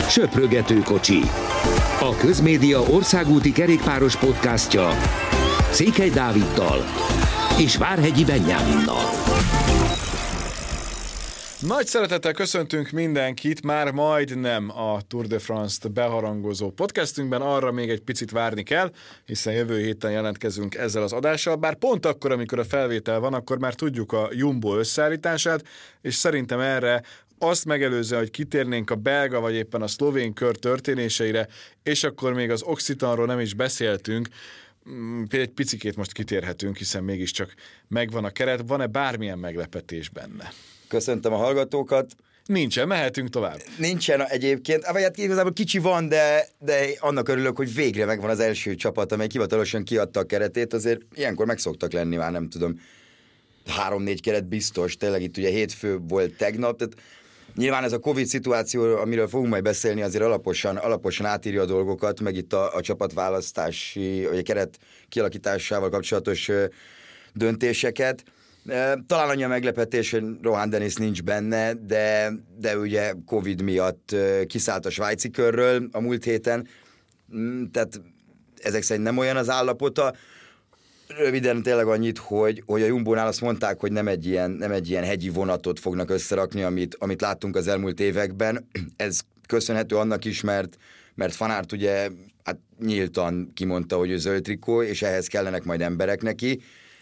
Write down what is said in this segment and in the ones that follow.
Söprögető kocsi. A Közmédia országúti kerékpáros podcastja Székely Dáviddal és Várhegyi Benyáminnal. Nagy szeretettel köszöntünk mindenkit, már majdnem a Tour de France-t beharangozó podcastünkben, arra még egy picit várni kell, hiszen jövő héten jelentkezünk ezzel az adással, bár pont akkor, amikor a felvétel van, akkor már tudjuk a Jumbo összeállítását, és szerintem erre azt megelőzően, hogy kitérnénk a belga vagy éppen a szlovén kör történéseire, és akkor még az Occitanról nem is beszéltünk, egy picikét most kitérhetünk, hiszen mégiscsak megvan a keret. Van-e bármilyen meglepetés benne? Köszöntöm a hallgatókat. Nincsen, mehetünk tovább. Nincsen egyébként, vagy hát igazából kicsi van, de annak örülök, hogy végre megvan az első csapat, amely hivatalosan kiadta a keretét, azért ilyenkor meg szoktak lenni már, nem tudom, 3-4 keret biztos, tényleg itt ugye hétfő volt tegnap, tehát nyilván ez a Covid szituáció, amiről fogunk majd beszélni, azért alaposan átírja a dolgokat, meg itt a csapatválasztási, vagy a keret kialakításával kapcsolatos döntéseket. Talán annyi a meglepetés, hogy Rohan Dennis nincs benne, de ugye Covid miatt kiszállt a svájci körről a múlt héten, tehát ezek szerint nem olyan az állapota. Röviden tényleg annyit, hogy a Jumbónál azt mondták, hogy nem egy ilyen hegyi vonatot fognak összerakni, amit láttunk az elmúlt években. Ez köszönhető annak is, mert Van Aert ugye hát nyíltan kimondta, hogy ő zöld trikó, és ehhez kellenek majd emberek neki,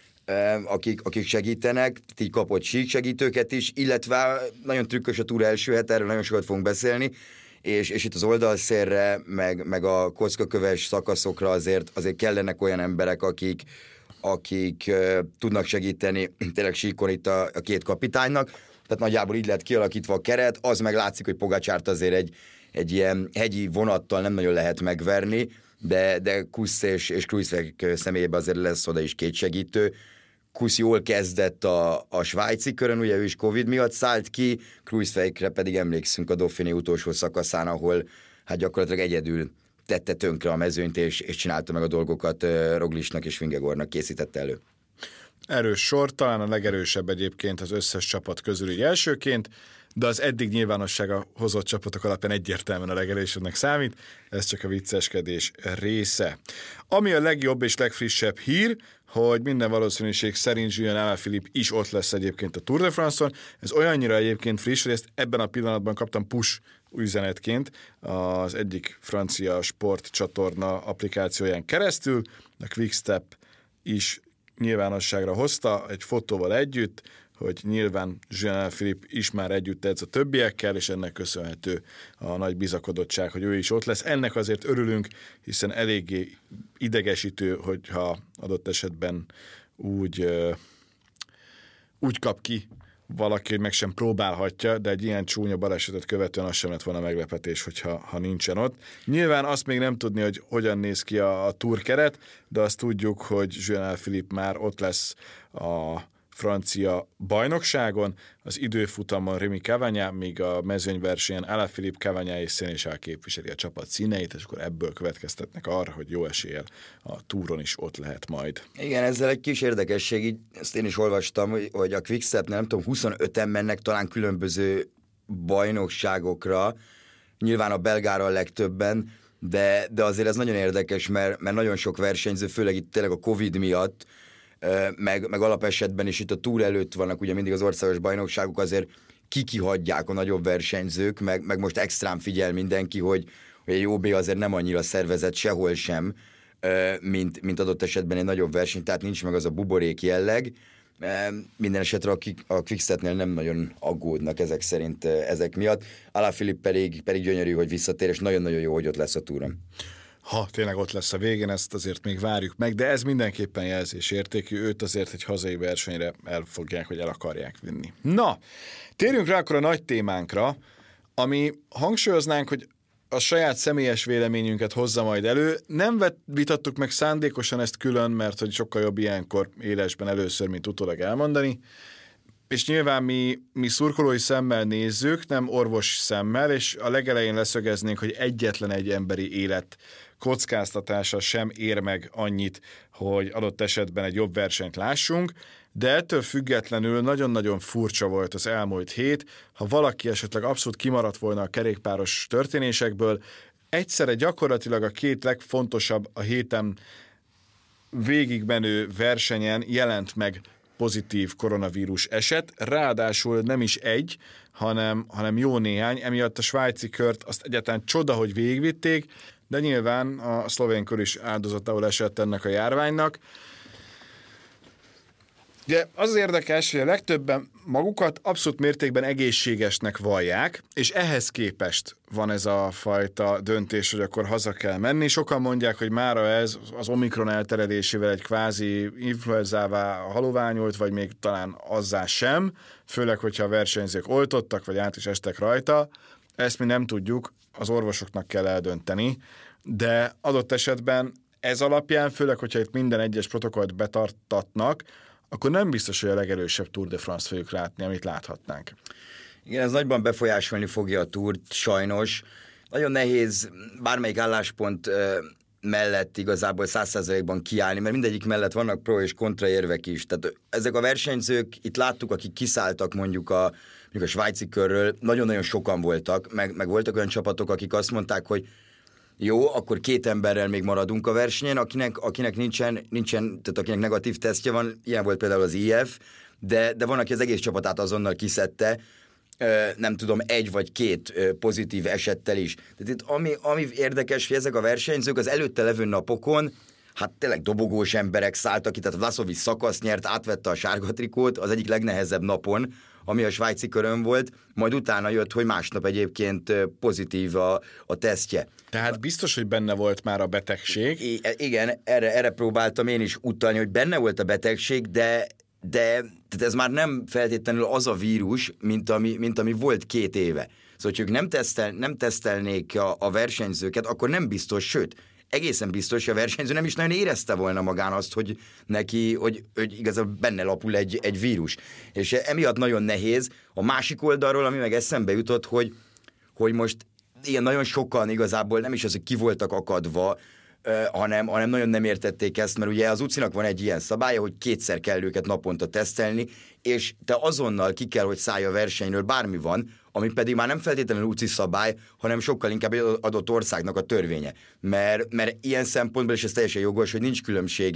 akik segítenek, így kapott segítőket is, illetve nagyon trükkös a túra első hete, erről nagyon sokat fogunk beszélni, és itt az oldalszélre, meg a kockaköves szakaszokra azért kellenek olyan emberek, akik tudnak segíteni tényleg síkon itt a két kapitánynak, tehát nagyjából így lett kialakítva a keret, az meg látszik, hogy Pogačárt azért egy ilyen hegyi vonattal nem nagyon lehet megverni, de Kusz és Kruijswijk személyében azért lesz oda is két segítő. Kusz jól kezdett a svájci körön, ugye ő is Covid miatt szállt ki, Kruijswijkre pedig emlékszünk a Dauphiné utolsó szakaszán, ahol hát gyakorlatilag egyedül tette tönkre a mezőnyt, és csinálta meg a dolgokat, Roglicnak és Vingegaardnak készítette elő. Erős sor, talán a legerősebb egyébként az összes csapat közül így elsőként, de az eddig nyilvánossága hozott csapatok alapján egyértelműen a legerősebbnek számít, ez csak a vicceskedés része. Ami a legjobb és legfrissebb hír, hogy minden valószínűség szerint Julien Alaphilippe is ott lesz egyébként a Tour de France-on. Ez olyannyira egyébként friss, hogy ezt ebben a pillanatban kaptam push üzenetként az egyik francia sportcsatorna applikációján keresztül. A Quickstep is nyilvánosságra hozta egy fotóval együtt, hogy nyilván Julien Alaphilippe is már együtt edz a többiekkel, és ennek köszönhető a nagy bizakodottság, hogy ő is ott lesz. Ennek azért örülünk, hiszen eléggé idegesítő, hogyha adott esetben úgy kap ki valaki, hogy meg sem próbálhatja, de egy ilyen csúnya balesetet követően az sem lett volna meglepetés, hogyha nincsen ott. Nyilván azt még nem tudni, hogy hogyan néz ki a Tour keret, de azt tudjuk, hogy Julien Alaphilippe már ott lesz a francia bajnokságon, az időfutamon Rémi Cavagna, míg a mezőnyversenyen Alaphilippe, Cavagna és Sénéchal képviseli a csapat színeit, és akkor ebből következtetnek arra, hogy jó eséllyel a túron is ott lehet majd. Igen, ezzel egy kis érdekesség, így ezt én is olvastam, hogy a Quickstepnél nem tudom, 25-en mennek talán különböző bajnokságokra, nyilván a belgára a legtöbben, de azért ez nagyon érdekes, mert nagyon sok versenyző, főleg itt tényleg a Covid miatt, meg alapesetben is itt a túr előtt vannak ugye mindig az országos bajnokságok, azért kihagyják a nagyobb versenyzők, meg most extrán figyel mindenki, hogy a JOB azért nem annyira szervezett sehol sem, mint adott esetben egy nagyobb verseny, tehát nincs meg az a buborék jelleg. Minden esetre a Quickstepnél nem nagyon aggódnak ezek szerint ezek miatt. Alaphilippe pedig gyönyörű, hogy visszatér, és nagyon-nagyon jó, hogy ott lesz a túron. Ha tényleg ott lesz a végén, ezt azért még várjuk meg, de ez mindenképpen jelzésértékű, őt azért egy hazai versenyre elfogják, vagy el akarják vinni. Na, térjünk rá akkor a nagy témánkra, ami hangsúlyoznánk, hogy a saját személyes véleményünket hozza majd elő. Nem vitattuk meg szándékosan ezt külön, mert hogy sokkal jobb ilyenkor élesben először, mint utólag elmondani. És nyilván mi szurkolói szemmel nézzük, nem orvos szemmel, és a legelején leszögeznénk, hogy egyetlen egy emberi élet kockáztatása sem ér meg annyit, hogy adott esetben egy jobb versenyt lássunk. de ettől függetlenül nagyon-nagyon furcsa volt az elmúlt hét. Ha valaki esetleg abszolút kimaradt volna a kerékpáros történésekből, egyszerre gyakorlatilag a két legfontosabb a héten végigmenő versenyen jelent meg pozitív koronavírus eset, ráadásul nem is egy, hanem jó néhány, emiatt a svájci kört azt egyáltalán csoda, hogy végigvitték, de nyilván a szlovén kör is áldozatául esett ennek a járványnak. Ugye az érdekes, hogy a legtöbben magukat abszolút mértékben egészségesnek vallják, és ehhez képest van ez a fajta döntés, hogy akkor haza kell menni. Sokan mondják, hogy mára ez az Omikron elterjedésével egy kvázi influenzává haloványult, vagy még talán azzá sem, főleg, hogyha a versenyzők oltottak, vagy át is estek rajta. Ezt mi nem tudjuk, az orvosoknak kell eldönteni, de adott esetben ez alapján, főleg, hogyha itt minden egyes protokollt betartatnak, akkor nem biztos, hogy a legerősebb Tour de France fogjuk látni, amit láthatnánk. Igen, ez nagyban befolyásolni fogja a Tourt, sajnos. Nagyon nehéz bármelyik álláspont mellett igazából 100%-ban kiállni, mert mindegyik mellett vannak pro és kontra érvek is. Tehát ezek a versenyzők, itt láttuk, akik kiszálltak mondjuk a svájci körről, nagyon-nagyon sokan voltak, meg voltak olyan csapatok, akik azt mondták, hogy jó, akkor 2 emberrel még maradunk a versenyen, akinek nincsen, tehát akinek negatív tesztje van, ilyen volt például az IF, de van, aki az egész csapatát azonnal kiszedte, nem tudom, 1 vagy 2 pozitív esettel is. Tehát itt ami érdekes, hogy ezek a versenyzők az előtte levő napokon, hát tényleg dobogós emberek szálltak ki, tehát Vlaszovic szakaszt nyert, átvette a sárga trikót az egyik legnehezebb napon, ami a svájci körön volt, majd utána jött, hogy másnap egyébként pozitív a tesztje. Tehát biztos, hogy benne volt már a betegség. Igen, erre próbáltam én is utalni, hogy benne volt a betegség, de tehát ez már nem feltétlenül az a vírus, mint ami volt 2 éve. Szóval, hogy ők nem tesztelnék a versenyzőket, akkor nem biztos, sőt, egészen biztos, hogy a versenyző nem is nagyon érezte volna magán azt, hogy neki, hogy igazából benne lapul egy vírus. És emiatt nagyon nehéz. A másik oldalról, ami meg eszembe jutott, hogy most ilyen nagyon sokan igazából nem is az, hogy ki voltak akadva, hanem nagyon nem értették ezt, mert ugye az UCI-nak van egy ilyen szabálya, hogy 2-szer kell őket naponta tesztelni, és te azonnal ki kell, hogy szállj a versenyről, bármi van, ami pedig már nem feltétlenül UCI szabály, hanem sokkal inkább egy adott országnak a törvénye. Mert ilyen szempontból, és ez teljesen jogos, hogy nincs különbség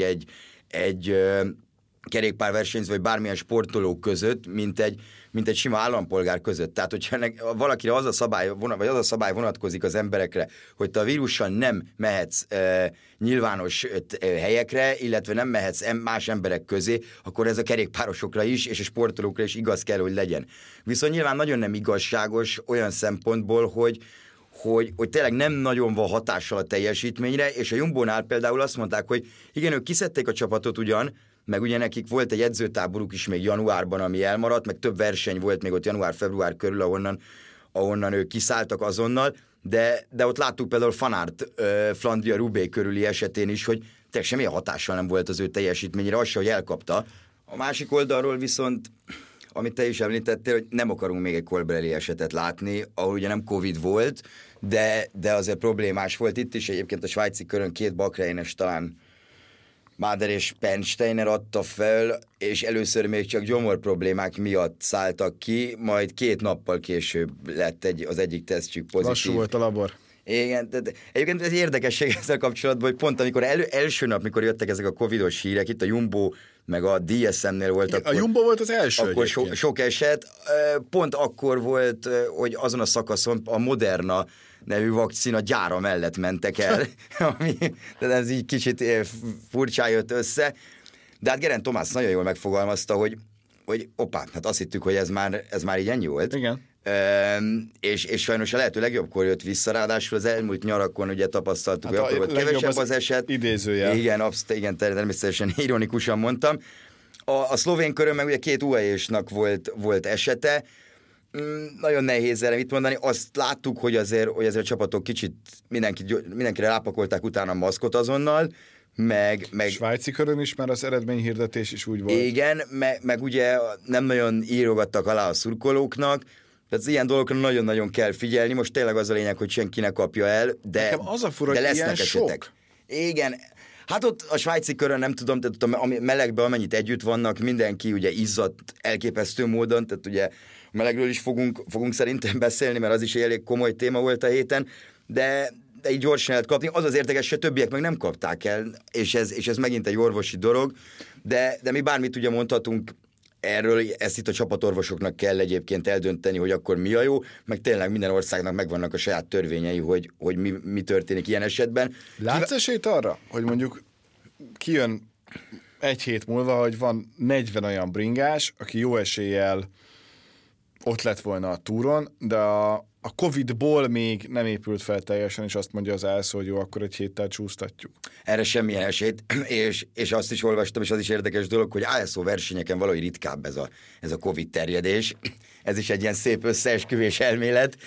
egy kerékpárversenyző vagy bármilyen sportoló között, mint egy sima állampolgár között. Tehát, hogyha valakire az a szabály vonatkozik az emberekre, hogy te a vírussal nem mehetsz nyilvános helyekre, illetve nem mehetsz más emberek közé, akkor ez a kerékpárosokra is, és a sportolókra is igaz kell, hogy legyen. Viszont nyilván nagyon nem igazságos olyan szempontból, hogy tényleg nem nagyon van hatással a teljesítményre, és a Jumbónál például azt mondták, hogy igen, ők kiszedték a csapatot ugyan, meg ugye nekik volt egy edzőtáboruk is még januárban, ami elmaradt, meg több verseny volt még ott január-február körül, ahonnan ők kiszálltak azonnal, de ott láttuk például Van Aert Flandria-Roubaix körüli esetén is, hogy tényleg semmilyen hatással nem volt az ő teljesítményre, az se, hogy elkapta. A másik oldalról viszont, amit te is említettél, hogy nem akarunk még egy Colbrelli esetet látni, ahol ugye nem Covid volt, de azért problémás volt itt is. Egyébként a svájci körön 2 Bahreines talán Máder és Pensteiner adta fel, és először még csak gyomor problémák miatt szálltak ki, majd 2 nappal később lett az egyik tesztjük pozitív. Lassú volt a labor. Igen, de egyébként ez érdekesség ezzel kapcsolatban, hogy pont amikor első nap, mikor jöttek ezek a covidos hírek, itt a Jumbo meg a DSM-nél volt. A Jumbo volt az első. Akkor sok eset. Pont akkor volt, hogy azon a szakaszon a Moderna nevű vakcina gyára mellett mentek el, de ez így kicsit furcsán jött össze. De hát Geraint Thomas nagyon jól megfogalmazta, hogy hát azt hittük, hogy ez már így ennyi volt. Igen. És sajnos a lehető legjobbkor jött vissza, ráadásul az elmúlt nyarakon ugye tapasztaltuk, hát hogy akkor volt kevesebb az eset. Idézőjel. Igen, természetesen ironikusan mondtam. A szlovén körön meg ugye 2 UAE-snak volt esete. Nagyon nehéz erre mit mondani. Azt láttuk, hogy azért a csapatok kicsit mindenkire rápakolták utána a maszkot azonnal, meg Svájci körön is már az eredményhirdetés is úgy volt. Igen, meg ugye nem nagyon írogattak alá a szurkolóknak, tehát az ilyen dolgokra nagyon-nagyon kell figyelni. Most tényleg az a lényeg, hogy senki ne kapja el, de nekem az a fura, de hogy lesznek ilyen esetek. Sok. Igen, Hát ott a svájci körön nem tudom, tehát ott a melegben amennyit együtt vannak, mindenki ugye izzadt elképesztő módon, tehát ugye a melegről is fogunk szerintem beszélni, mert az is egy elég komoly téma volt a héten, de így gyorsan lehet kapni. Az érdekes, hogy többiek meg nem kapták el, és ez megint egy orvosi dolog, de mi bármit ugye mondhatunk erről, ezt itt a csapatorvosoknak kell egyébként eldönteni, hogy akkor mi a jó, meg tényleg minden országnak megvannak a saját törvényei, hogy mi történik ilyen esetben. Látsz esélyt arra, hogy mondjuk kijön egy hét múlva, hogy van 40 olyan bringás, aki jó eséllyel ott lett volna a túron, de a Covid-ból még nem épült fel teljesen, és azt mondja az ASO, hogy jó, akkor egy héttel csúsztatjuk. Erre semmilyen esélyt, és azt is olvastam, és az is érdekes dolog, hogy ASO versenyeken valahogy ritkább ez a Covid terjedés. Ez is egy ilyen szép összeesküvés elmélet,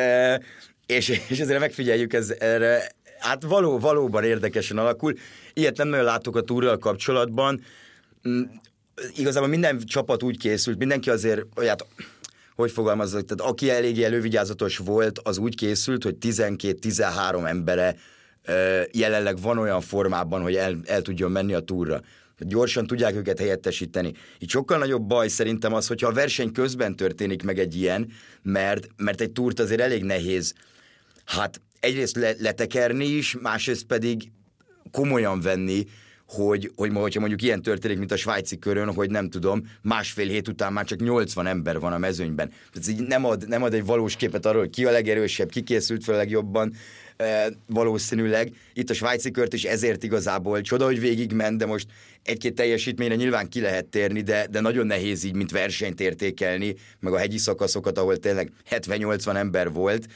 és ezért megfigyeljük erre, hát valóban érdekesen alakul. Ilyet nem nagyon látok a túrral kapcsolatban. Igazából minden csapat úgy készült, mindenki azért, hogy fogalmazzak, tehát aki eléggé elővigyázatos volt, az úgy készült, hogy 12-13 embere jelenleg van olyan formában, hogy el tudjon menni a túrra. Gyorsan tudják őket helyettesíteni. Így sokkal nagyobb baj szerintem az, hogyha a verseny közben történik meg egy ilyen, mert egy túrt azért elég nehéz. Hát egyrészt letekerni is, másrészt pedig komolyan venni, hogyha mondjuk ilyen történik, mint a svájci körön, hogy nem tudom, másfél hét után már csak 80 ember van a mezőnyben. Ez így nem ad egy valós képet arról, hogy ki a legerősebb, ki készült fel a legjobban, valószínűleg. Itt a svájci kört is ezért igazából csoda, hogy végigment, de most egy-két teljesítményre nyilván ki lehet térni, de nagyon nehéz így, mint versenyt értékelni, meg a hegyi szakaszokat, ahol tényleg 70-80 ember volt.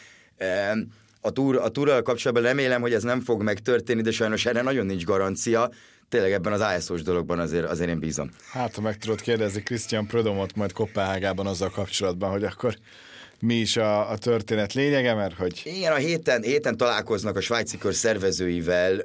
A túrral kapcsolatban remélem, hogy ez nem fog megtörténni, de sajnos erre nagyon nincs garancia. Tényleg ebben az ASO-s dologban azért én bízom. Hát, ha meg tudod kérdezni Christian Prödomot majd Koppenhágában azzal kapcsolatban, hogy akkor mi is a történet lényege, mert hogy... Igen, a héten találkoznak a svájci kör szervezőivel,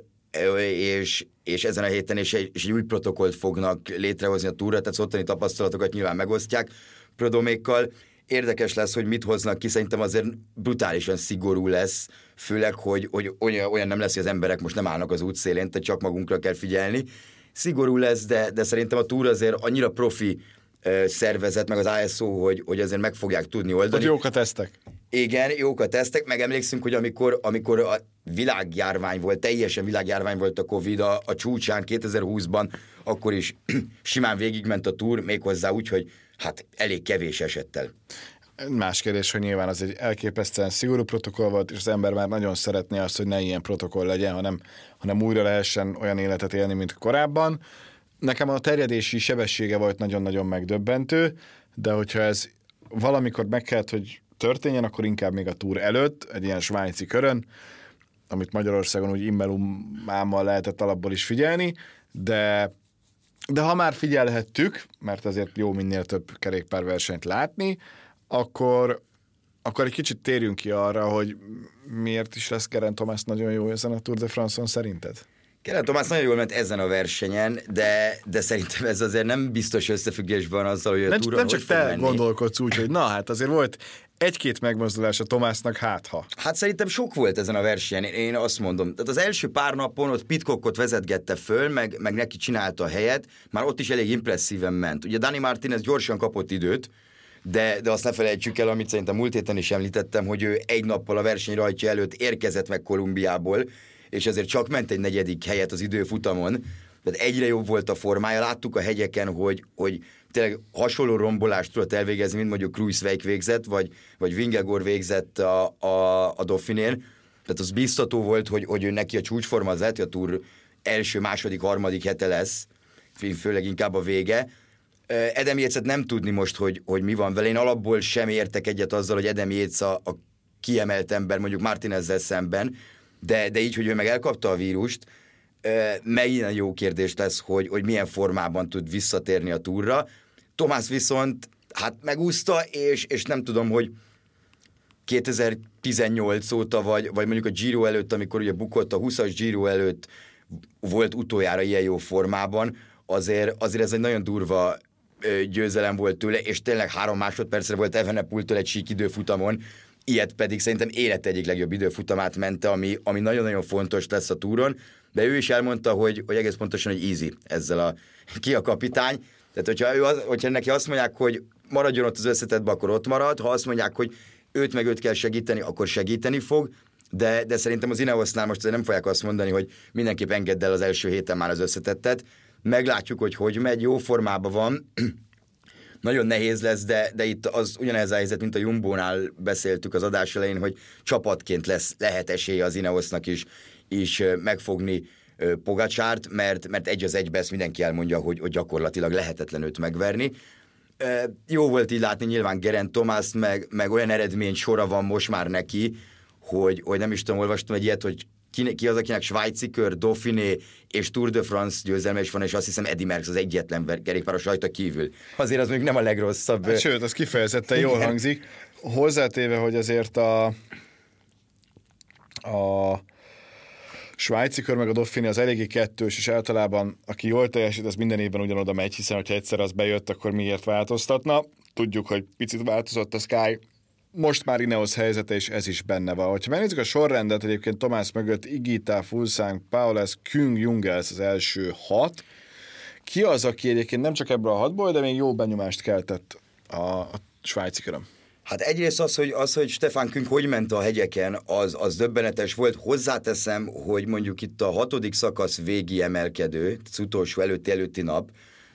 és ezen a héten is egy új protokollt fognak létrehozni a túra, tehát az ottani tapasztalatokat nyilván megosztják Prödomékkal. Érdekes lesz, hogy mit hoznak ki, szerintem azért brutálisan szigorú lesz, főleg, hogy olyan nem lesz, hogy az emberek most nem állnak az útszélén, tehát csak magunkra kell figyelni. Szigorú lesz, de szerintem a túr azért annyira profi szervezet, meg az ASO, hogy azért meg fogják tudni oldani. Hogy jók a tesztek. Igen, jók a tesztek, meg emlékszünk, hogy amikor a világjárvány volt, teljesen világjárvány volt a Covid a csúcsán 2020-ban, akkor is simán végigment a túr, méghozzá úgy, hogy hát elég kevés esettel. Más kérdés, hogy nyilván az egy elképesztően szigorú protokoll volt, és az ember már nagyon szeretné azt, hogy ne ilyen protokoll legyen, hanem újra lehessen olyan életet élni, mint korábban. Nekem a terjedési sebessége volt nagyon-nagyon megdöbbentő, de hogyha ez valamikor meg kellett, hogy történjen, akkor inkább még a túr előtt, egy ilyen svájci körön, amit Magyarországon úgy immelumámmal lehetett alapból is figyelni, de ha már figyelhettük, mert azért jó minél több kerékpárversenyt látni, akkor egy kicsit térjünk ki arra, hogy miért is lesz Geraint Thomas nagyon jó ezen a Tour de France-on szerinted? Geraint Thomas nagyon jól ment ezen a versenyen, de szerintem ez azért nem biztos összefüggésben azzal, hogy a túron nem csak te gondolkodsz úgy, hogy na hát azért volt egy-két megmozdulás a Thomasnak, hátha. Hát szerintem sok volt ezen a versenyen, én azt mondom. Tehát az első pár napon ott Pidcockot vezetgette föl, meg neki csinálta a helyet, már ott is elég impresszíven ment. Ugye Dani Martinez gyorsan kapott időt, de azt ne felejtsük el, amit szerintem múlt héten is említettem, hogy ő egy nappal a verseny rajtja előtt érkezett meg Kolumbiából, és ezért csak ment egy negyedik helyet az időfutamon, tehát egyre jobb volt a formája. Láttuk a hegyeken, hogy tényleg hasonló rombolást tudott elvégezni, mint mondjuk Kruijswijk végzett, vagy Vingegaard végzett a Dauphinén. Tehát az biztató volt, hogy ő neki a csúcsforma az lehet, hogy a Tour első, második, harmadik hete lesz, főleg inkább a vége. Adam Yates-et nem tudni most, hogy mi van vele. Én alapból sem értek egyet azzal, hogy Adam Yates a kiemelt ember, mondjuk Martinezzel szemben, de így, hogy ő meg elkapta a vírust, megint jó kérdés lesz, hogy milyen formában tud visszatérni a túrra. Thomas viszont hát megúszta, és nem tudom, hogy 2018 óta, vagy mondjuk a Giro előtt, amikor ugye bukott a 20-as Giro előtt volt utoljára ilyen jó formában, azért ez egy nagyon durva győzelem volt tőle, és tényleg 3 másodpercre volt Evenepoeltől egy sík időfutamon, ilyet pedig szerintem élet egyik legjobb időfutamát mente, ami nagyon-nagyon fontos lesz a túron, de ő is elmondta, hogy egész pontosan, hogy easy ezzel ki a kapitány. Tehát, hogyha neki azt mondják, hogy maradjon ott az összetettbe, akkor ott marad, ha azt mondják, hogy őt kell segíteni, akkor segíteni fog, de szerintem az Ineosnál most nem fogják azt mondani, hogy mindenképp engedd el az első héten már az összetettet. Meglátjuk, hogy megy, jó formában van. Nagyon nehéz lesz, de itt az ugyanez a helyzet, mint a Jumbónál beszéltük az adás elején, hogy csapatként lehet esélye az Ineosnak is megfogni Pogacsárt, mert egy az egybe ezt mindenki elmondja, hogy gyakorlatilag lehetetlen őt megverni. Jó volt így látni nyilván Geraint Thomast, meg olyan eredmény sora van most már neki, hogy nem is tudom, olvastam egy ilyet, hogy ki az, akinek svájci kör, Dauphiné és Tour de France győzelme is van, és azt hiszem Eddy Merckx az egyetlen kerékpáros rajta kívül. Azért az még nem a legrosszabb. Hát, sőt, az kifejezetten jól hangzik. Hozzátéve, hogy azért a svájci kör meg a Dauphiné az eléggé kettős, és általában aki jól teljesít, az minden évben ugyanoda megy, hiszen hogyha egyszer az bejött, akkor miért változtatna. Tudjuk, hogy picit változott a Sky, most már Ineos helyzete, és ez is benne van. Ha megnézzük a sorrendet, egyébként Tomás mögött Higuita, Fuglsang, Powless, Küng, Jungels az első 6. Ki az, aki egyébként nem csak ebből a 6-ból, de még jó benyomást keltett a svájci köröm? Hát egyrészt az, hogy Stefan Küng hogy ment a hegyeken, az döbbenetes volt. Hozzáteszem, hogy mondjuk itt a 6. szakasz végi emelkedő, az utolsó előtti nap,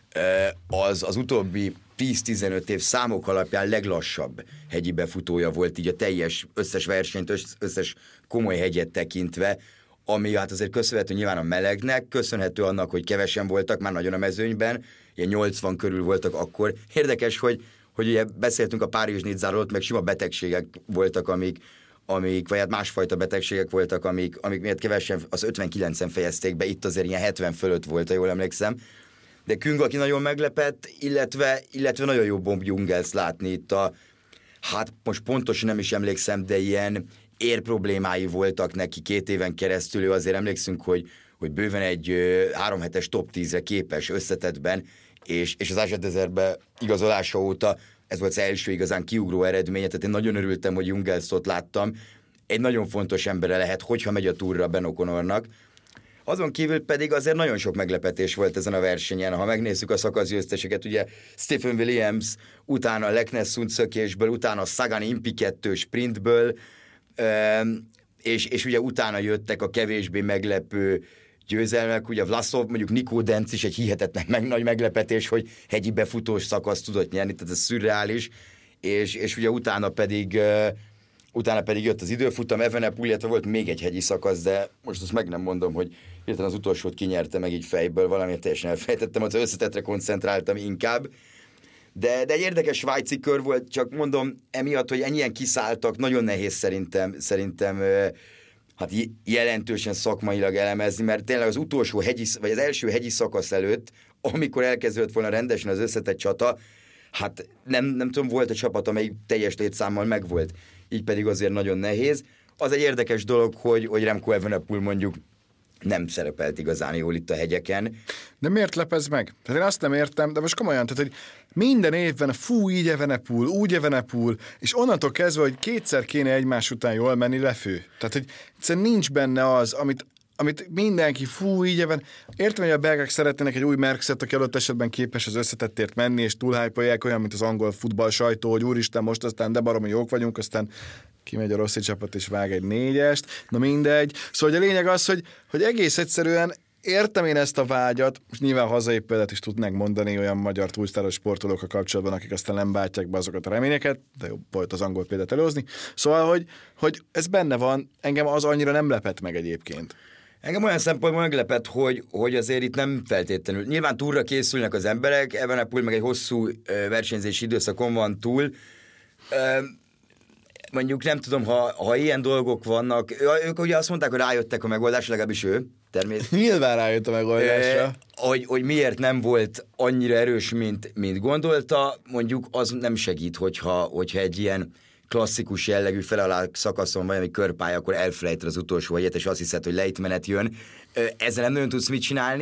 az utóbbi 10-15 év számok alapján leglassabb hegyi befutója volt így a teljes összes versenyt, összes komoly hegyet tekintve, ami hát azért köszönhető nyilván a melegnek, köszönhető annak, hogy kevesen voltak már nagyon a mezőnyben, ilyen 80 körül voltak akkor. Érdekes, hogy ugye beszéltünk a Párizs-Nizzáról, ott meg sima betegségek voltak, amik vagy hát másfajta betegségek voltak, amik miatt kevesen az 59-en fejezték be, itt azért ilyen 70 fölött volt, ha jól emlékszem. De Küng, aki nagyon meglepett, illetve nagyon jó Bob Jungels látni itt hát most pontosan nem is emlékszem, de ilyen érproblémái voltak neki 2 éven keresztül, ő azért emlékszünk, hogy bőven egy 3 hetes top 10-re képes összetettben, és az Ázsia Desertbe igazolása óta ez volt az első igazán kiugró eredménye, tehát én nagyon örültem, hogy Jungelst láttam. Egy nagyon fontos embere lehet, hogyha megy a túrra Ben O'Connornak. Azon kívül pedig azért nagyon sok meglepetés volt ezen a versenyen. Ha megnézzük a szakaszgyőzteseket, ugye Stephen Williams, utána Leknes szökésből, utána Sagan Impi 2 sprintből, és ugye utána jöttek a kevésbé meglepő győzelmek, ugye Vlasov, mondjuk Nico Denz is egy hihetetlen nagy meglepetés, hogy hegyi befutós szakasz tudott nyerni, tehát ez szürreális, és ugye utána pedig jött az időfutam, Evenepoel, illetve volt még egy hegyi szakasz, de most azt meg nem mondom, hogy hirtelen az utolsót kinyerte meg így fejből, valamiért teljesen elfejtettem, az összetettre koncentráltam inkább. De egy érdekes svájci kör volt, csak mondom, emiatt, hogy ennyien kiszálltak, nagyon nehéz szerintem hát jelentősen szakmailag elemezni, mert tényleg az utolsó vagy az első hegyi szakasz előtt, amikor elkezdődött volna rendesen az összetett csata, hát nem tudom, volt egy csapat, amelyik teljes létszámmal megvolt. Így pedig azért nagyon nehéz. Az egy érdekes dolog, hogy Remco Evenepoel mondjuk nem szerepelt igazán jól itt a hegyeken. De miért lepez meg? Tehát én azt nem értem, de most komolyan, tehát hogy minden évben így Evenepoel, úgy Evenepoel, és onnantól kezdve, hogy 2-szer kéne egymás után jól menni lefő. Tehát, hogy egyszerűen nincs benne az, amit mindenki így Even. Értem, hogy a belgák szeretnének egy új Merckxet, aki adott esetben képes az összetettért menni, és túlhypolják, olyan, mint az angol futball sajtó, hogy úristen, most aztán de baromi jók vagyunk, aztán kimegy a Rossi csapat és vág egy 4-est, na mindegy. Szóval a lényeg az, hogy egész egyszerűen értem én ezt a vágyat, és nyilván hazai példát is tudnánk mondani olyan magyar túlsztáros sportolókkal kapcsolatban, akik aztán nem bátják be azokat a reményeket, de jobb volt az angol példát előhozni. Szóval, hogy ez benne van, engem az annyira nem lepett meg egyébként. Engem olyan szempontból meglepett, hogy azért itt nem feltétlenül. Nyilván túlra készülnek az emberek, Evenepoel meg egy hosszú versenyzési időszakon van túl. Mondjuk nem tudom, ha ilyen dolgok vannak, ők ugye azt mondták, hogy rájöttek a megoldásra, legalábbis ő. Nyilván rájött a megoldásra. Hogy miért nem volt annyira erős, mint gondolta, mondjuk az nem segít, hogyha egy ilyen klasszikus jellegű felalá szakaszon vagy, ami körpálya, akkor elfelejted az utolsó hegyet, és azt hiszed, hogy lejtmenet jön. Ezzel nem nagyon tudsz mit csinálni.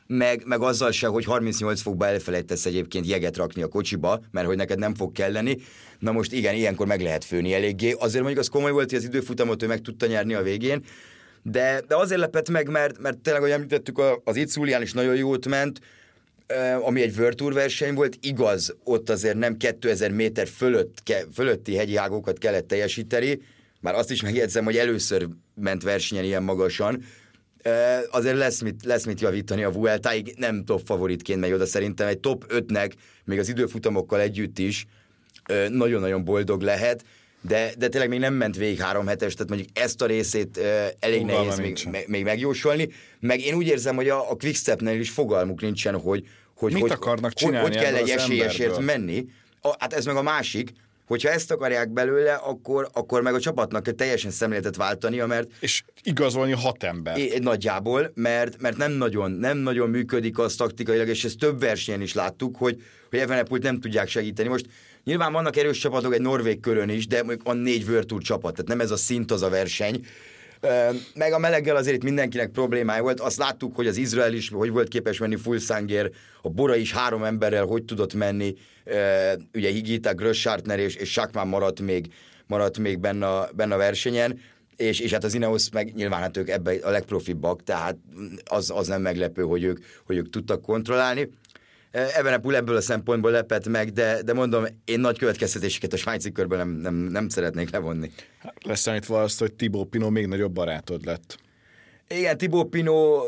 meg azzal se, hogy 38 fokba elfelejtesz egyébként jeget rakni a kocsiba, mert hogy neked nem fog kelleni. Na most igen, ilyenkor meg lehet főni eléggé. Azért mondjuk az komoly volt, hogy az időfutamot ő meg tudta nyerni a végén, de azért lepett meg, mert tényleg, ahogy említettük, az Itzulián is nagyon jót ment, ami egy World Tour verseny volt, igaz, ott azért nem 2000 méter fölötti hegyi ágokat kellett teljesíteni, már azt is megjegyzem, hogy először ment versenyen ilyen magasan, azért lesz mit javítani a Vueltáig, nem top favoritként megy oda, szerintem egy top 5-nek, még az időfutamokkal együtt is nagyon-nagyon boldog lehet, de tényleg még nem ment végig 3 hetes, tehát mondjuk ezt a részét elég nehéz még megjósolni, meg én úgy érzem, hogy a Quickstepnél is fogalmuk nincsen, hogy mit akarnak csinálni, hogy kell egy esélyesért emberből menni. Hát ez meg a másik, hogyha ezt akarják belőle, akkor meg a csapatnak teljesen szemléletet váltania, mert... És igazolni 6 ember. Nagyjából, mert nem nagyon működik az taktikailag, és ezt több versenyen is láttuk, hogy Evenepoelt nem tudják segíteni. Most nyilván vannak erős csapatok egy norvég körön is, de mondjuk van 4 World Tour csapat, tehát nem ez a szint az a verseny. Meg a meleggel azért itt mindenkinek problémája volt. Azt láttuk, hogy az Izrael is hogy volt képes menni Fuglsanger, a Bora is 3 emberrel hogy tudott menni, ugye Higita, Gröschartner és Schachmann maradt még benne a versenyen, és hát az Ineos meg nyilván hát ők ebben a legprofibbak, tehát az nem meglepő, hogy ők tudtak kontrollálni. Evenepoel ebből a szempontból lepett meg, de mondom, én nagy következtetéseket a svájci körből nem szeretnék levonni. Leszámítva azt, hogy Thibaut Pinot még nagyobb barátod lett. Igen, Thibaut Pinot,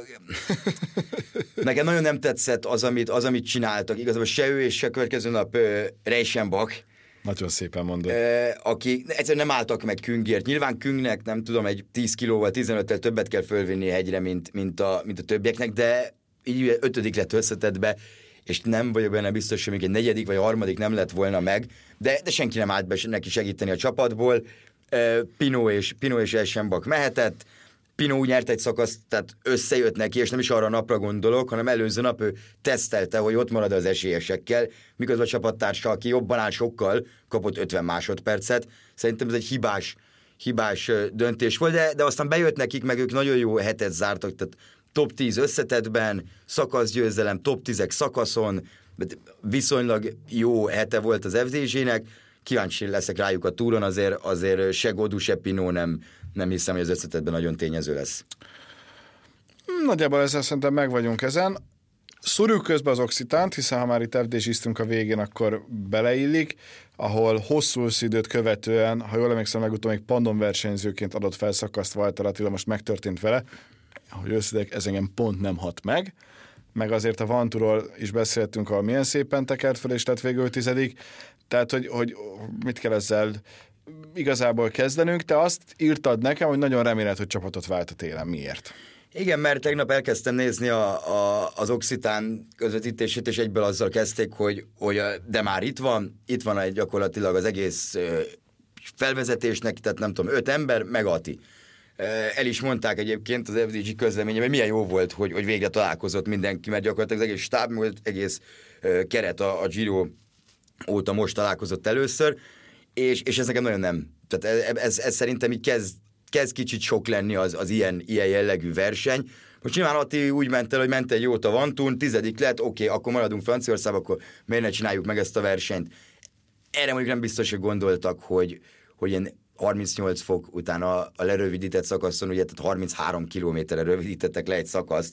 nekem nagyon nem tetszett az, amit csináltak. Igazából se ő és se következő nap Reichenbach. Nagyon szépen mondod. Aki egyszerűen nem álltak meg Küngért. Nyilván Küngnek, nem tudom, egy 10 kilóval, 15-tel többet kell fölvinni a hegyre, mint a többieknek, de így 5. lett összetettbe, és nem vagyok benne biztos, hogy még egy 4. vagy 3. nem lett volna meg, de senki nem állt be neki segíteni a csapatból. Pinot és Reichenbach mehetett, Pinot úgy nyert egy szakaszt, tehát összejött neki, és nem is arra a napra gondolok, hanem előző nap ő tesztelte, hogy ott marad az esélyesekkel, miközben a csapattársa, aki jobban áll sokkal, kapott 50 másodpercet. Szerintem ez egy hibás döntés volt, de aztán bejött nekik, meg ők nagyon jó hetet zártak, tehát top 10 összetettben, szakaszgyőzelem, top 10-ek szakaszon, viszonylag jó hete volt az FDZ-nek, kíváncsi leszek rájuk a túron, azért se Godú, se Pinot nem hiszem, hogy az összetettben nagyon tényező lesz. Nagyjából ezzel szerintem meg vagyunk ezen. Szúrjuk közben az Occitánt, hiszen ha már itt FDZ-iztünk a végén, akkor beleillik, ahol hosszú időt követően, ha jól emlékszem, legutóbb még Pandon versenyzőként adott fel szakaszt Walter Attila, most megtörtént vele, hogy összedek, ez engem pont nem hat meg azért a Vanturól is beszéltünk, ahol milyen szépen tekert fel, és lett végül 10. Tehát, hogy mit kell ezzel igazából kezdenünk. Te azt írtad nekem, hogy nagyon reméled, hogy csapatot vált a télen. Miért? Igen, mert tegnap elkezdtem nézni az Occitán közvetítését, és egyből azzal kezdték, hogy de már itt van gyakorlatilag az egész felvezetésnek, tehát nem tudom, 5 ember, meg Ati. El is mondták egyébként az FDG közleményében, milyen jó volt, hogy végre találkozott mindenki, mert gyakorlatilag az egész stáb, meg az egész keret a Giro óta most találkozott először, és ez nekem nagyon nem. Tehát ez szerintem így kezd kicsit sok lenni az ilyen jellegű verseny. Most nyilván Ati úgy ment el, hogy ment egy jót a Vantún, 10. lett, oké, akkor maradunk Franciaországban, akkor miért ne csináljuk meg ezt a versenyt. Erre mondjuk nem biztos, hogy gondoltak, hogy ilyen 38 fok után a lerövidített szakaszon, ugye tehát 33 kilométerre rövidítettek le egy szakaszt,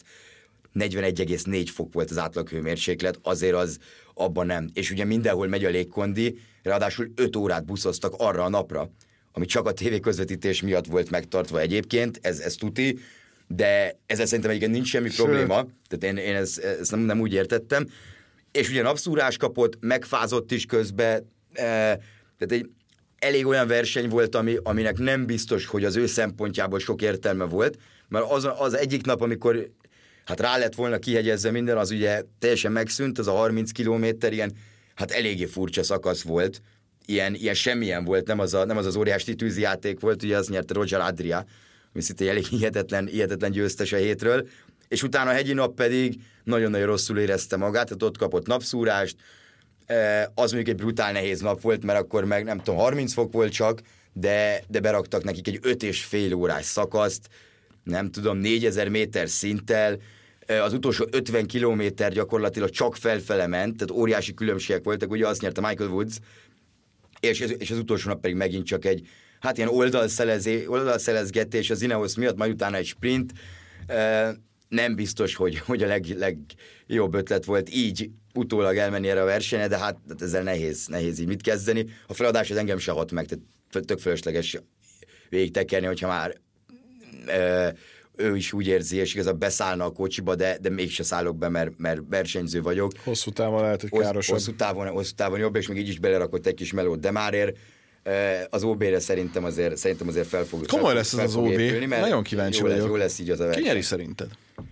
41,4 fok volt az átlaghőmérséklet, azért az abban nem. És ugye mindenhol megy a légkondi, ráadásul 5 órát buszoztak arra a napra, ami csak a tévéközvetítés miatt volt megtartva egyébként, ez tuti, de ezzel szerintem egyébként nincs semmi probléma, tehát én ezt nem úgy értettem. És ugye napszúrás kapott, megfázott is közben, tehát egy elég olyan verseny volt, aminek nem biztos, hogy az ő szempontjából sok értelme volt, mert az egyik nap, amikor hát rá lett volna kihegyezve minden, az ugye teljesen megszűnt, az a 30 kilométer, ilyen, hát eléggé furcsa szakasz volt, ilyen semmilyen volt, nem az óriás titűzi játék volt, ugye az nyerte Roger Adria, ami szinte elég hihetetlen győztes a hétről, és utána a hegyi nap pedig nagyon-nagyon rosszul érezte magát, tehát ott kapott napszúrást, az mondjuk egy brutál nehéz nap volt, mert akkor meg nem tudom, 30 fok volt csak, de beraktak nekik egy 5,5 órás szakaszt, nem tudom, 4000 méter szinttel, az utolsó 50 kilométer gyakorlatilag csak felfele ment, tehát óriási különbségek voltak, ugye azt nyerte Michael Woods, és az utolsó nap pedig megint csak egy, hát ilyen oldalszelezgetés az Ineos miatt, majd utána egy sprint. Nem biztos, hogy a legjobb ötlet volt így utólag elmenni erre a versenyre, de hát ezzel nehéz így mit kezdeni. A feladás az engem se hat meg, tehát tök fölösleges végig tekerni, hogyha már ő is úgy érzi, és igazából beszállna a kocsiba, de mégse szállok be, mert versenyző vagyok. Hosszú távon lehet, hogy károsabb. Hosszú távon jobb, és még így is belerakott egy kis melót, de már ér. Az OB-re szerintem azért fel fog. Komoly lesz az OB, épülni, nagyon kíváncsi vagyok. Jó lesz így az a verseny. Ki nyeri szerinted?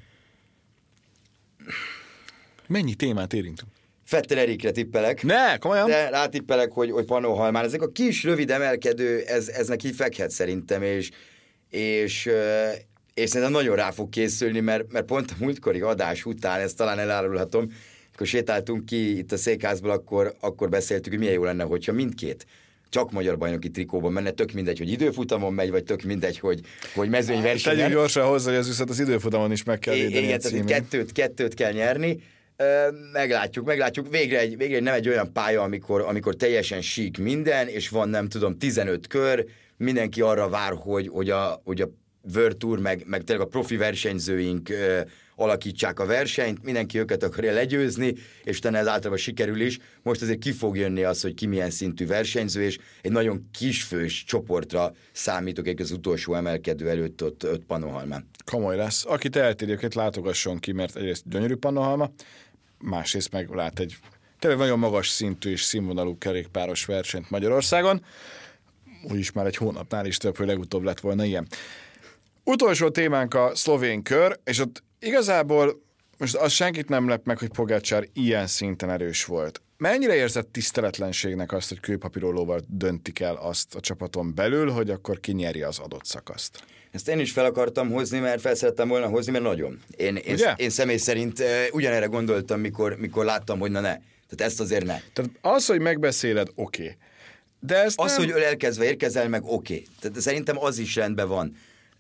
Mennyi témát érintünk? Vettel Erikre tippelek. Ne, komolyan? De rátippelek, hogy Pannonhalmán. Ezek a kis, rövid emelkedő, ez neki fekhet szerintem, és szerintem nagyon rá fog készülni, mert pont a múltkori adás után, ezt talán elárulhatom, amikor sétáltunk ki itt a székházból, akkor beszéltük, hogy milyen jó lenne, hogyha mindkét csak magyar bajnoki trikóban menne, tök mindegy, hogy időfutamon megy, vagy tök mindegy, hogy mezőnyversenyen. Tegyük gyorsan hozzá, hogy az időfutamon is meg kell védeni. Igen, tehát kettőt kell nyerni. Meglátjuk. Végre nem egy olyan pálya, amikor teljesen sík minden, és van, nem tudom, 15 kör, mindenki arra vár, hogy a World Tour, meg tényleg a profi versenyzőink alakítsák a versenyt, mindenki őket akarja legyőzni, és utána ez általában sikerül is. Most azért ki fog jönni az, hogy ki milyen szintű versenyző, és egy nagyon kisfős csoportra számítok az utolsó emelkedő előtt ott Pannonhalmán. Komoly lesz. Akit eltéri, őket látogasson ki, mert egyrészt gyönyörű Pannonhalma, másrészt meg lát egy tényleg nagyon magas szintű és színvonalú kerékpáros versenyt Magyarországon. Úgyis már egy hónapnál is több, hogy legutóbb lett volna ilyen. Utolsó témánk a szlovén kör, és ott igazából most az senkit nem lep meg, hogy Pogačar ilyen szinten erős volt. Mennyire érzett tiszteletlenségnek azt, hogy kőpapírólóval döntik el azt a csapaton belül, hogy akkor ki nyeri az adott szakaszt? Ezt én is fel akartam hozni, mert felszerettem volna hozni, mert nagyon. Én személy szerint ugyanerre gondoltam, mikor láttam, hogy na ne. Tehát ezt azért ne. Tehát az, hogy megbeszéled, oké. De ezt az, nem... hogy elkezdve érkezel, meg oké. Tehát szerintem az is rendben van.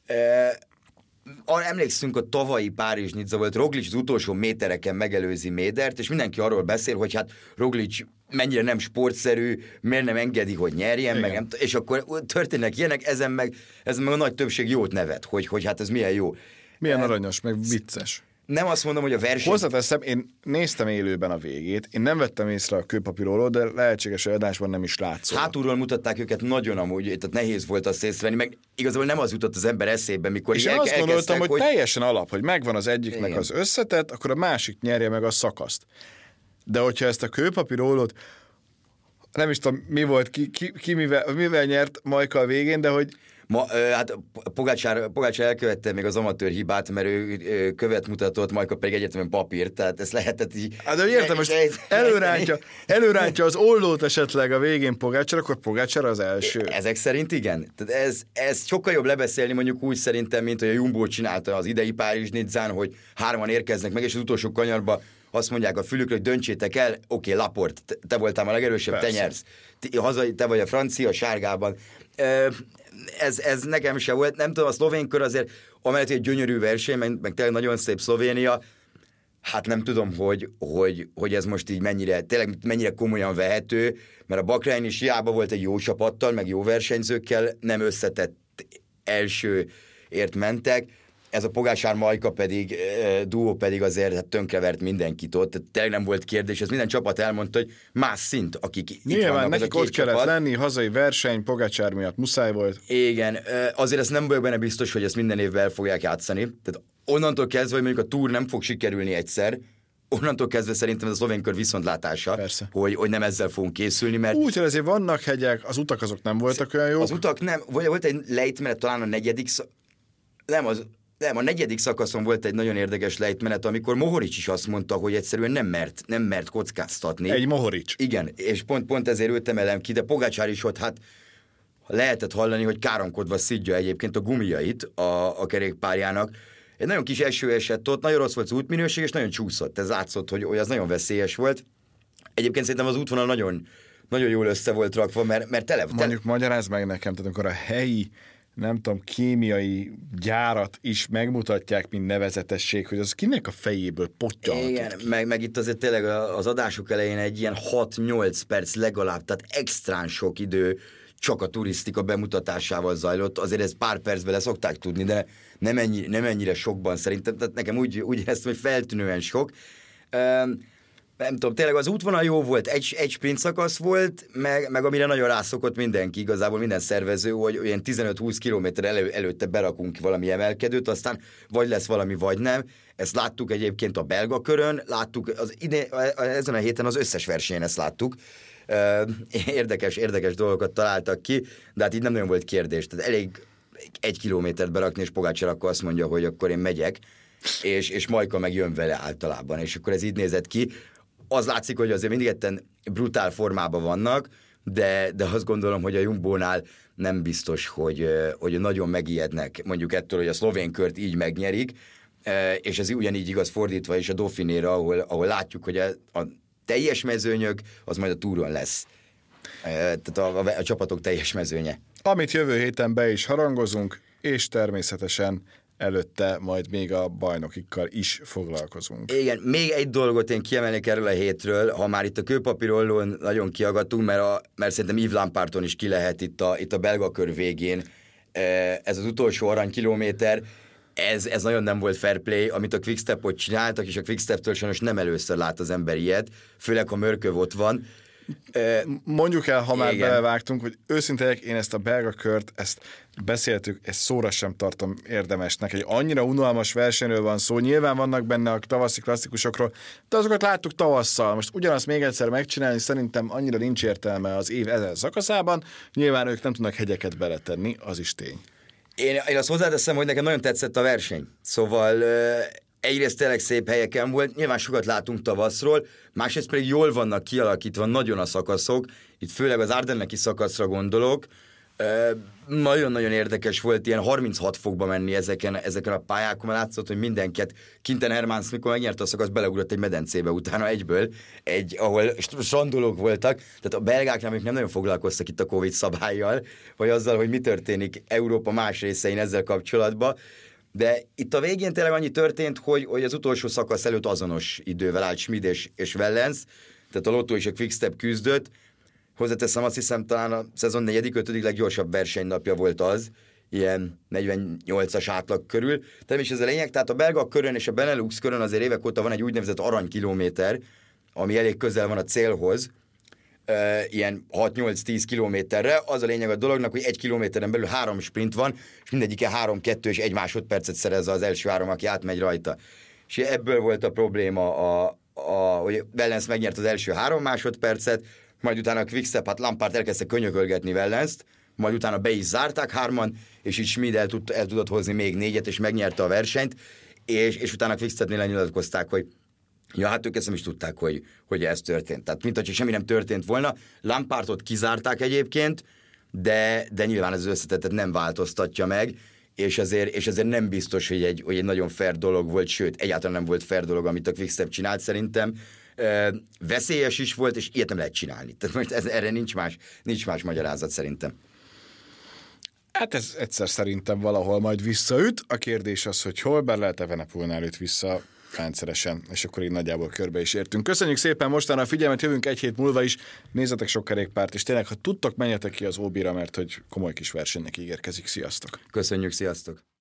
Emlékszünk, a tavalyi Párizs-Nizza volt, Roglic az utolsó métereken megelőzi Médert, és mindenki arról beszél, hogy hát Roglic mennyire nem sportszerű, miért nem engedi, hogy nyerjen, meg nem, és akkor történnek ilyenek, ezen meg a nagy többség jót nevet, hogy hát ez milyen jó. Milyen aranyos, meg vicces. Nem azt mondom, hogy a verseny... Hozzáteszem, én néztem élőben a végét, én nem vettem észre a kőpapírólót, de lehetséges, hogy adásban nem is látszott. Hátulról mutatták őket nagyon amúgy, tehát nehéz volt azt észrevenni, meg igazából nem az jutott az ember eszébe, mikor és én azt gondoltam, hogy teljesen alap, hogy megvan az egyiknek igen. Az összetett, akkor a másik nyerje meg a szakaszt. De hogyha ezt a kőpapírólót, nem is tudom, mi volt, ki mivel nyert Majka a végén, de hogy... Hát Pogačar elkövette még az amatőr hibát, mert ő követ mutatott, Majka pedig egyértelműen papírt, tehát ezt lehetett így... Hát de értem, most előrántja az ollót esetleg a végén Pogačar, akkor Pogačar az első. Ezek szerint igen. Tehát ez sokkal jobb lebeszélni mondjuk úgy szerintem, mint hogy a Jumbo csinálta az idei Párizs-Nizzán, hogy 3-an érkeznek meg, és az utolsó kanyarba azt mondják a fülükre, hogy döntsétek el, oké, Laport, te voltál a legerősebb, te nyersz. Te vagy a francia, a sárgában. Ez nekem se volt, nem tudom, a szlovén kör azért, amellett egy gyönyörű verseny, meg tényleg nagyon szép Szlovénia, hát nem tudom, hogy ez most így mennyire komolyan vehető, mert a Bahrein is hiába volt egy jó csapattal, meg jó versenyzőkkel, nem összetett elsőért mentek, ez a Pogačar Majka pedig, duó pedig azért hát tönkrevert mindenkit ott, tehát tényleg nem volt kérdés, ez minden csapat elmondta, hogy más szint, akik itt vannak. Nekik ott kellett lenni, hazai verseny, Pogačar miatt muszáj volt. Igen, azért ezt nem vagyok benne biztos, hogy ezt minden évben el fogják játszani, tehát onnantól kezdve, hogy mondjuk a túr nem fog sikerülni egyszer, onnantól kezdve szerintem ez a szlovén kör viszontlátása, hogy nem ezzel fogunk készülni, mert... Úgy, hogy azért vannak hegyek, az utak azok nem voltak olyan jók. Az utak nem, volt egy lejtmenet, talán a negyedik, a negyedik szakaszon volt egy nagyon érdekes lejtmenet, amikor Mohoric is azt mondta, hogy egyszerűen nem mert kockáztatni. Egy Mohoric. Igen, és pont ezért őt emelem ki, de Pogačar is ott hát lehetett hallani, hogy káromkodva szidja egyébként a gumiait a kerékpárjának. Egy nagyon kis eső esett ott, nagyon rossz volt az útminőség, és nagyon csúszott. Ez látszott, hogy az nagyon veszélyes volt. Egyébként szerintem az útvonal nagyon, nagyon jól össze volt rakva, mert tele. Mondjuk magyarázd meg nekem, tehát amikor a helyi nem tudom, kémiai gyárat is megmutatják, mint nevezetesség, hogy az kinek a fejéből pottyalhatott. Igen, meg itt azért tényleg az adások elején egy ilyen 6-8 perc legalább, tehát extrán sok idő csak a turisztika bemutatásával zajlott, azért ez pár percben le szokták tudni, de nem ennyire sokban szerintem, tehát nekem úgy éreztem, hogy feltűnően sok. Nem tudom, tényleg az útvonal jó volt, egy sprint szakasz volt, meg amire nagyon rászokott mindenki, igazából minden szervező, hogy olyan 15-20 kilométer előtte berakunk valami emelkedőt, aztán vagy lesz valami, vagy nem. Ezt láttuk egyébként a belga körön, láttuk ezen a héten az összes versenyen ezt láttuk. Érdekes dolgokat találtak ki, de hát így nem nagyon volt kérdés. Tehát elég 1 kilométert berakni, és Pogačar akkor azt mondja, hogy akkor én megyek, és Majka meg jön vele általában, és akkor ez így nézett ki. Az látszik, hogy azért mindig etten brutál formában vannak, de azt gondolom, hogy a Jumbónál nem biztos, hogy nagyon megijednek mondjuk ettől, hogy a szlovén kört így megnyerik, és ez ugyanígy igaz fordítva is a Dauphinéra, ahol látjuk, hogy a teljes mezőnyök, az majd a túron lesz. Tehát a csapatok teljes mezőnye. Amit jövő héten be is harangozunk, és természetesen előtte majd még a bajnokikkal is foglalkozunk. Igen, még egy dolgot én kiemelnék erről a hétről, ha már itt a kőpapírollón nagyon kiagatunk, mert szerintem Yves Lampaardon is ki lehet itt a belga kör végén. Ez az utolsó aranykilométer, ez nagyon nem volt fair play, amit a Quickstepot csináltak, és a Quicksteptől sajnos nem először lát az ember ilyet, főleg ha Mörköv ott van. Mondjuk el, ha már belevágtunk, hogy őszintén én ezt a belga kört, ezt beszéltük, ezt szóra sem tartom érdemesnek. Egy annyira unalmas versenyről van szó, nyilván vannak benne a tavaszi klasszikusokról, de azokat láttuk tavasszal. Most ugyanazt még egyszer megcsinálni, szerintem annyira nincs értelme az év ezen szakaszában. Nyilván ők nem tudnak hegyeket beletenni, az is tény. Én azt hozzáteszem, hogy nekem nagyon tetszett a verseny. Szóval egyrészt tényleg szép helyeken volt, nyilván sokat látunk tavaszról, másrészt pedig jól vannak kialakítva nagyon a szakaszok, itt főleg az Ardenneki szakaszra gondolok, nagyon-nagyon érdekes volt ilyen 36 fokba menni ezeken a pályákon, mert látszott, hogy mindenket, Quinten Hermans, mikor megnyerte a szakasz, beleugrott egy medencébe utána egyből, ahol strandolók voltak, tehát a belgáknál még nem nagyon foglalkoztak itt a Covid szabállyal, vagy azzal, hogy mi történik Európa más részein ezzel kapcsolatban, de itt a végén tényleg annyi történt, hogy az utolsó szakasz előtt azonos idővel állt Schmid és Wellens, tehát a Lotto és a Quickstep küzdött. Hozzáteszem, azt hiszem talán a szezon 4.-5. leggyorsabb versenynapja volt az, ilyen 48-as átlag körül. Tehát is ez a lényeg, tehát a belga körön és a Benelux körön azért évek óta van egy úgynevezett aranykilométer, ami elég közel van a célhoz, ilyen 6-8-10 kilométerre. Az a lényeg a dolognak, hogy 1 kilométeren belül 3 sprint van, és mindegyike 3-2 és 1 másodpercet szerez az első 3, aki átmegy rajta. És ebből volt a probléma, hogy Wellens megnyert az első 3 másodpercet, majd utána a Quickstep, hát Lampaard elkezdte könyökölgetni Wellenst, majd utána be is zárták 3-an, és így Schmid el tudott hozni még 4-et, és megnyerte a versenyt, és utána a Quickstepnél lenyilatkozták, hogy ja, hát ők ezt nem is tudták, hogy ez történt. Tehát mint hogy semmi nem történt volna. Lampaardot kizárták egyébként, de nyilván ez az összetetet nem változtatja meg, és azért nem biztos, hogy egy nagyon fair dolog volt, sőt, egyáltalán nem volt fair dolog, amit a Quickstep csinált szerintem. Veszélyes is volt, és ilyet nem lehet csinálni. Tehát most erre nincs más magyarázat szerintem. Hát ez egyszer szerintem valahol majd visszaüt. A kérdés az, hogy hol, bár lehet Evenepoelnál üt vissza rendszeresen, és akkor így nagyjából körbe is értünk. Köszönjük szépen mostanra a figyelmet, jövünk 1 hét múlva is, nézzetek sok kerékpárt, és tényleg, ha tudtok, menjetek ki az OB-ra, mert hogy komoly kis versenynek ígérkezik. Sziasztok! Köszönjük, sziasztok!